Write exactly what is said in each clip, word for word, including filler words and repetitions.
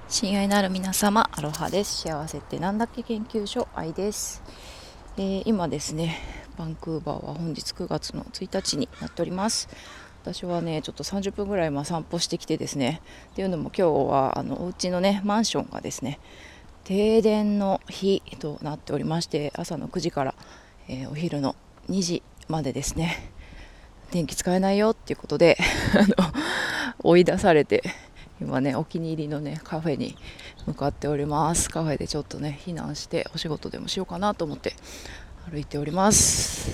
親愛なる皆様、アロハです。幸せってなんだっけ研究所愛です。えー、今ですね、バンクーバーは本日くがつのついたちになっております。私はね、ちょっとさんじゅっぷんぐらいまあ散歩してきてですね、っていうのも今日はあのお家のねマンションがですね、停電の日となっておりまして、朝のくじから、えー、お昼のにじまでですね、電気使えないよっていうことであの追い出されて、今ねお気に入りのねカフェに向かっております。カフェでちょっとね避難してお仕事でもしようかなと思って歩いております。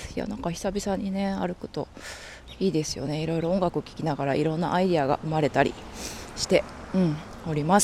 いや、なんか久々にね歩くといいですよね。いろいろ音楽聴きながらいろんなアイディアが生まれたりしてうんおります。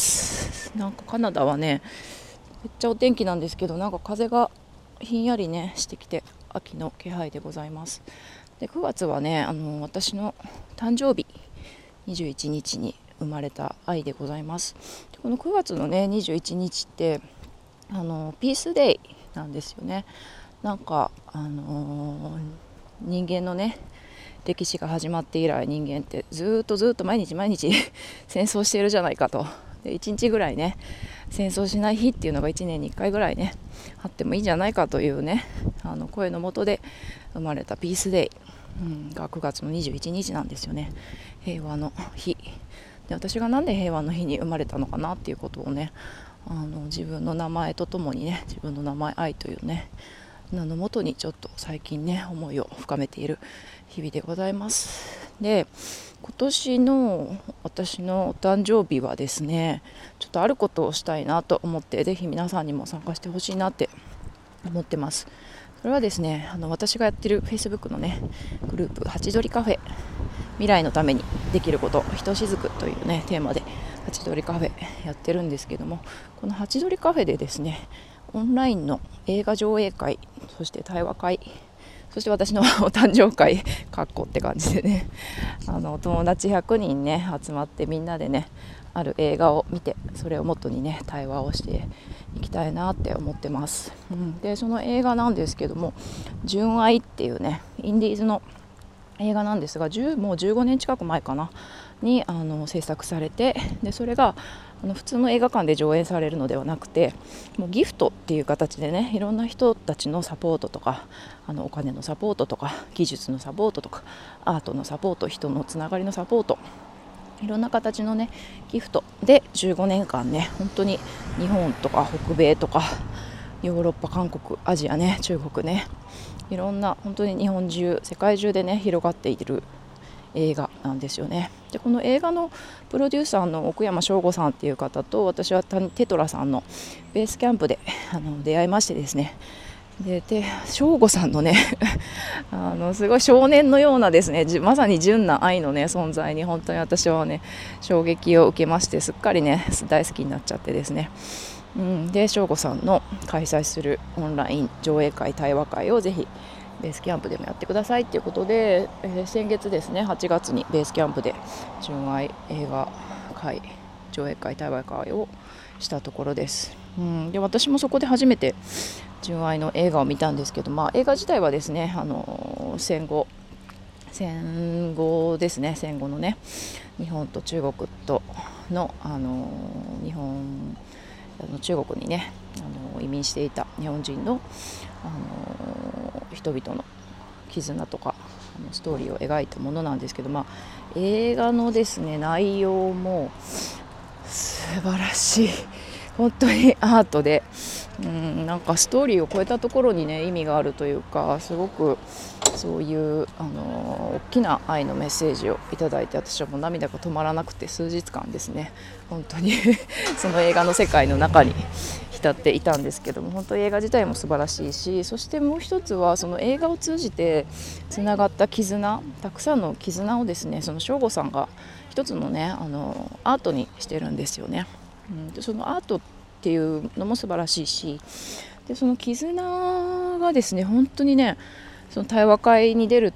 なんかカナダはねめっちゃお天気なんですけど、なんか風がひんやりねしてきて秋の気配でございます。でくがつはねあの私の誕生日にじゅういちにちに生まれた愛でございます。でこのくがつのねにじゅういちにちってあのピースデイなんですよね。なんかあのー、人間のね歴史が始まって以来、人間ってずっとずっと毎日毎日戦争しているじゃないかと。でいちにちぐらいね戦争しない日っていうのがいちねんにいっかいぐらいねあってもいいんじゃないかというねあの声のもとで生まれたピースデイ、うん、がくがつのにじゅういちにちなんですよね。平和の日で、私がなんで平和の日に生まれたのかなっていうことをねあの自分の名前とともにね、自分の名前愛というね名のもとにちょっと最近ね思いを深めている日々でございます。で今年の私のお誕生日はですね、ちょっとあることをしたいなと思って、ぜひ皆さんにも参加してほしいなって思ってます。それはですね、あの私がやってる Facebook のねグループハチドリカフェ、未来のためにできることひとしずくというねテーマでハチドリカフェやってるんですけども、このハチドリカフェでですねオンラインの映画上映会、そして対話会、そして私のお誕生会かっこって感じでね、あの友達ひゃくにんね集まってみんなでねある映画を見て、それをもとにね対話をしていきたいなって思ってます、うん、でその映画なんですけども、純愛っていうねインディーズの映画なんですが、じゅうもうじゅうごねん近く前かなにあの制作されて、でそれがあの普通の映画館で上映されるのではなくて、もうギフトっていう形でねいろんな人たちのサポートとか、あのお金のサポートとか技術のサポートとかアートのサポート、人のつながりのサポート、いろんな形のねギフトでじゅうごねんかんね、本当に日本とか北米とかヨーロッパ、韓国、アジアね、中国ね、いろんな本当に日本中世界中でね広がっている映画なんですよね。でこの映画のプロデューサーの奥山翔吾さんっていう方と、私はテトラさんのベースキャンプであの出会いましてですね、でで翔吾さんのねあのすごい少年のようなですね、まさに純な愛のね存在に本当に私はね衝撃を受けまして、すっかりね大好きになっちゃってですね、うん、で翔吾さんの開催するオンライン上映会対話会をぜひベースキャンプでもやってくださいということで、えー、先月ですねはちがつにベースキャンプで純愛映画会上映会対話会をしたところです、うん、で私もそこで初めて純愛の映画を見たんですけど、まあ、映画自体はですね、あのー、戦後戦後ですね戦後のね日本と中国との、あのー、日本あの中国にねあの移民していた日本人の、あの人々の絆とかあのストーリーを描いたものなんですけど、まあ、映画のですね内容も素晴らしい、本当にアートで、うん、なんかストーリーを超えたところにね意味があるというか、すごくそういうあの大きな愛のメッセージをいただいて、私はもう涙が止まらなくて数日間ですね本当にその映画の世界の中に浸っていたんですけども、本当に映画自体も素晴らしいし、そしてもう一つはその映画を通じてつながった絆、たくさんの絆をですねその翔吾さんが一つのねあのアートにしてるんですよね、うん、でそのアートっていうのも素晴らしいし、でその絆がですね本当にねその対話会に出ると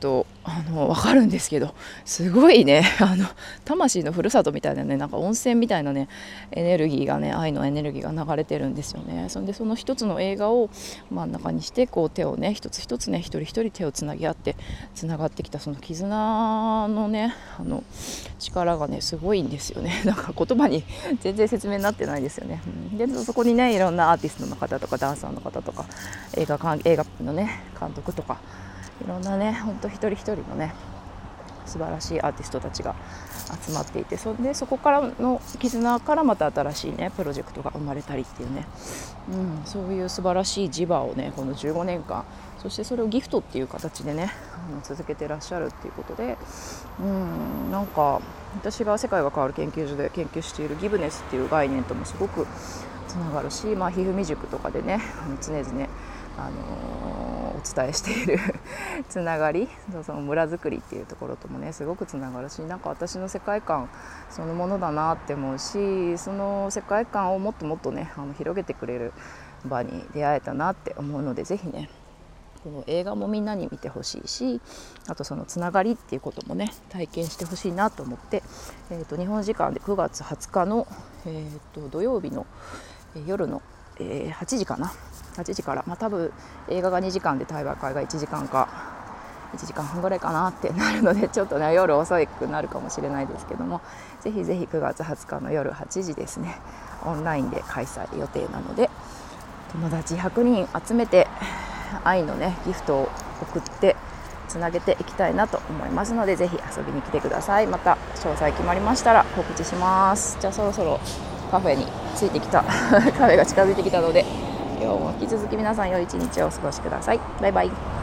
あの分かるんですけど、すごいね、あの魂のふるさとみたいなね、なんか温泉みたいなねエネルギーがね、愛のエネルギーが流れてるんですよね。そんでその一つの映画を真ん中にして、こう手をね一つ一つね、一人一人手をつなぎ合ってつながってきたその絆のね、あの力がねすごいんですよね。なんか言葉に全然説明になってないですよね。うん、でそこにねいろんなアーティストの方とかダンサーの方とか映画か映画のね監督とか、いろんなね本当一人一人のね素晴らしいアーティストたちが集まっていて、そんでそこからの絆からまた新しいねプロジェクトが生まれたりっていうね、うん、そういう素晴らしい磁場をねこのじゅうごねんかん、そしてそれをギフトっていう形でねあの続けてらっしゃるっていうことで、うん、なんか私が世界が変わる研究所で研究しているギブネスっていう概念ともすごくつながるし、まあ、ひふみ塾とかでねあの常々あのー、お伝えしているつながり、その村づくりっていうところともねすごくつながるし、なんか私の世界観そのものだなって思うし、その世界観をもっともっとねあの広げてくれる場に出会えたなって思うので、ぜひねこの映画もみんなに見てほしいし、あとそのつながりっていうこともね体験してほしいなと思って、えー、と日本時間でくがつはつかの、えー、と土曜日の夜の、えー、はちじかなはちじから、まあ、多分映画がにじかんで対話会がいちじかんかいちじかんはんぐらいかなってなるので、ちょっとね夜遅くなるかもしれないですけども、ぜひぜひくがつはつかの夜はちじですね、オンラインで開催予定なので、友達ひゃくにん集めて愛のねギフトを送ってつなげていきたいなと思いますので、ぜひ遊びに来てください。また詳細決まりましたら告知します。じゃあそろそろカフェに着いてきたカフェが近づいてきたので、今日も引き続き皆さん良い一日をお過ごしください。バイバイ。